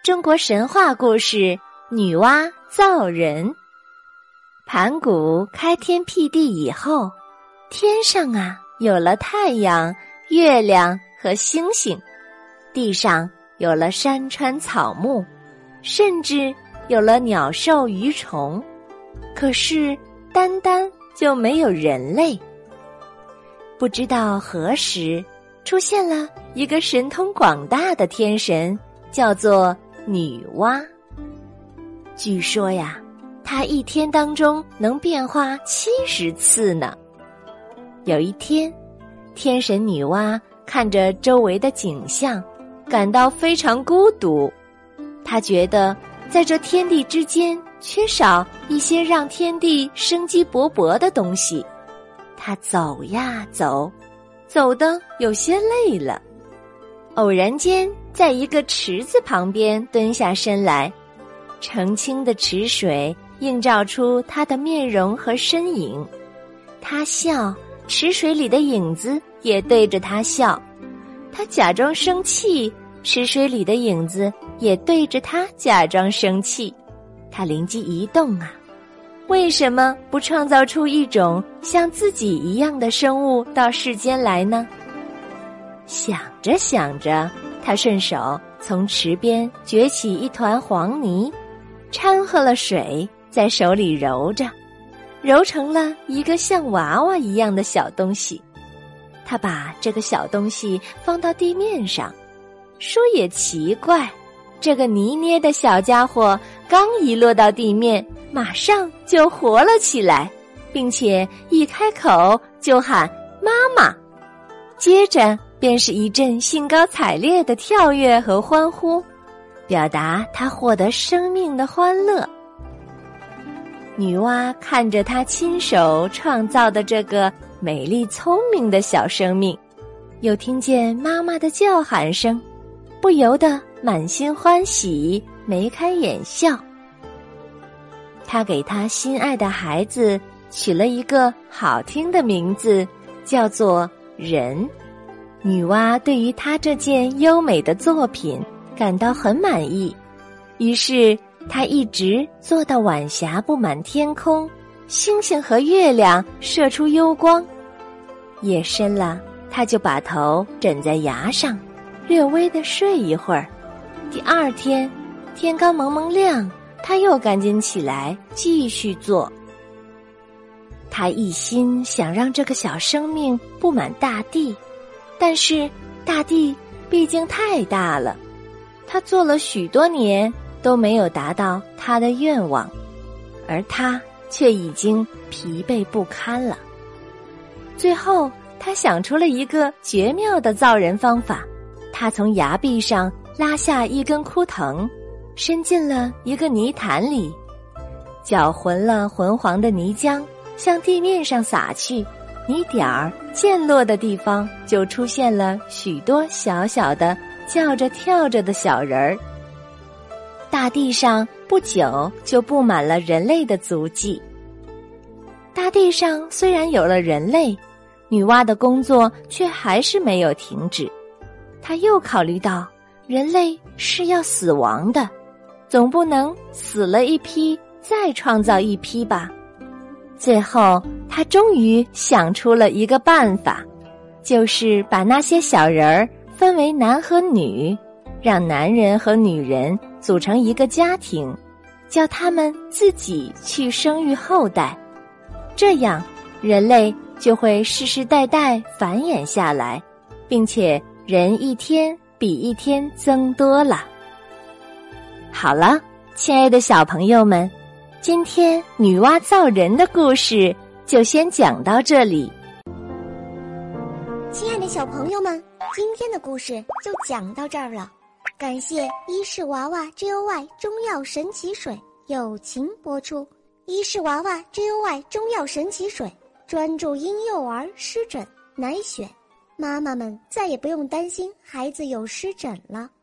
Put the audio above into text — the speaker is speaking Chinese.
中国神话故事女娲造人。盘古开天辟地以后，天上有了太阳、月亮和星星，地上有了山川草木，甚至有了鸟兽鱼虫。可是单单就没有人类。不知道何时出现了一个神通广大的天神，叫做女娲。据说她一天当中能变化70次呢。有一天，天神女娲看着周围的景象，感到非常孤独。她觉得在这天地之间缺少一些让天地生机勃勃的东西。她走呀走，走得有些累了，偶然间在一个池子旁边蹲下身来，澄清的池水映照出她的面容和身影。她笑，池水里的影子也对着她笑；她假装生气，池水里的影子也对着她假装生气。她灵机一动为什么不创造出一种像自己一样的生物到世间来呢？想着想着，她顺手从池边掘起一团黄泥，掺和了水，在手里揉着，揉成了一个像娃娃一样的小东西。她把这个小东西放到地面上，说也奇怪，这个泥捏的小家伙刚一落到地面，马上就活了起来，并且一开口就喊妈妈，接着便是一阵兴高采烈的跳跃和欢呼，表达他获得生命的欢乐。女娲看着她亲手创造的这个美丽聪明的小生命，又听见妈妈的叫喊声，不由得满心欢喜，眉开眼笑。她给她心爱的孩子取了一个好听的名字，叫做人。女娲对于她这件优美的作品感到很满意，于是她一直做到晚霞布满天空，星星和月亮射出幽光。夜深了，她就把头枕在崖上，略微地睡一会儿。第二天，天刚蒙蒙亮，她又赶紧起来继续做。她一心想让这个小生命布满大地，但是大地毕竟太大了，她做了许多年都没有达到她的愿望，而她却已经疲惫不堪了。最后她想出了一个绝妙的造人方法，她从崖壁上拉下一根枯藤，伸进了一个泥潭里，搅浑了浑黄的泥浆向地面上洒去，泥点儿溅落的地方就出现了许多小小的叫着跳着的小人儿。大地上不久就布满了人类的足迹。大地上虽然有了人类，女娲的工作却还是没有停止。她又考虑到人类是要死亡的，总不能死了一批再创造一批吧。最后她终于想出了一个办法，就是把那些小人儿分为男和女，让男人和女人组成一个家庭，叫他们自己去生育后代，这样人类就会世世代代繁衍下来，并且人一天比一天增多了。好了，亲爱的小朋友们，今天女娲造人的故事就先讲到这里。 亲爱的小朋友们，今天的故事就讲到这儿了。感谢伊氏娃娃 JOY 中药神奇水友情播出。伊氏娃娃 JOY 中药神奇水专注婴幼儿湿疹奶癣，妈妈们再也不用担心孩子有湿疹了。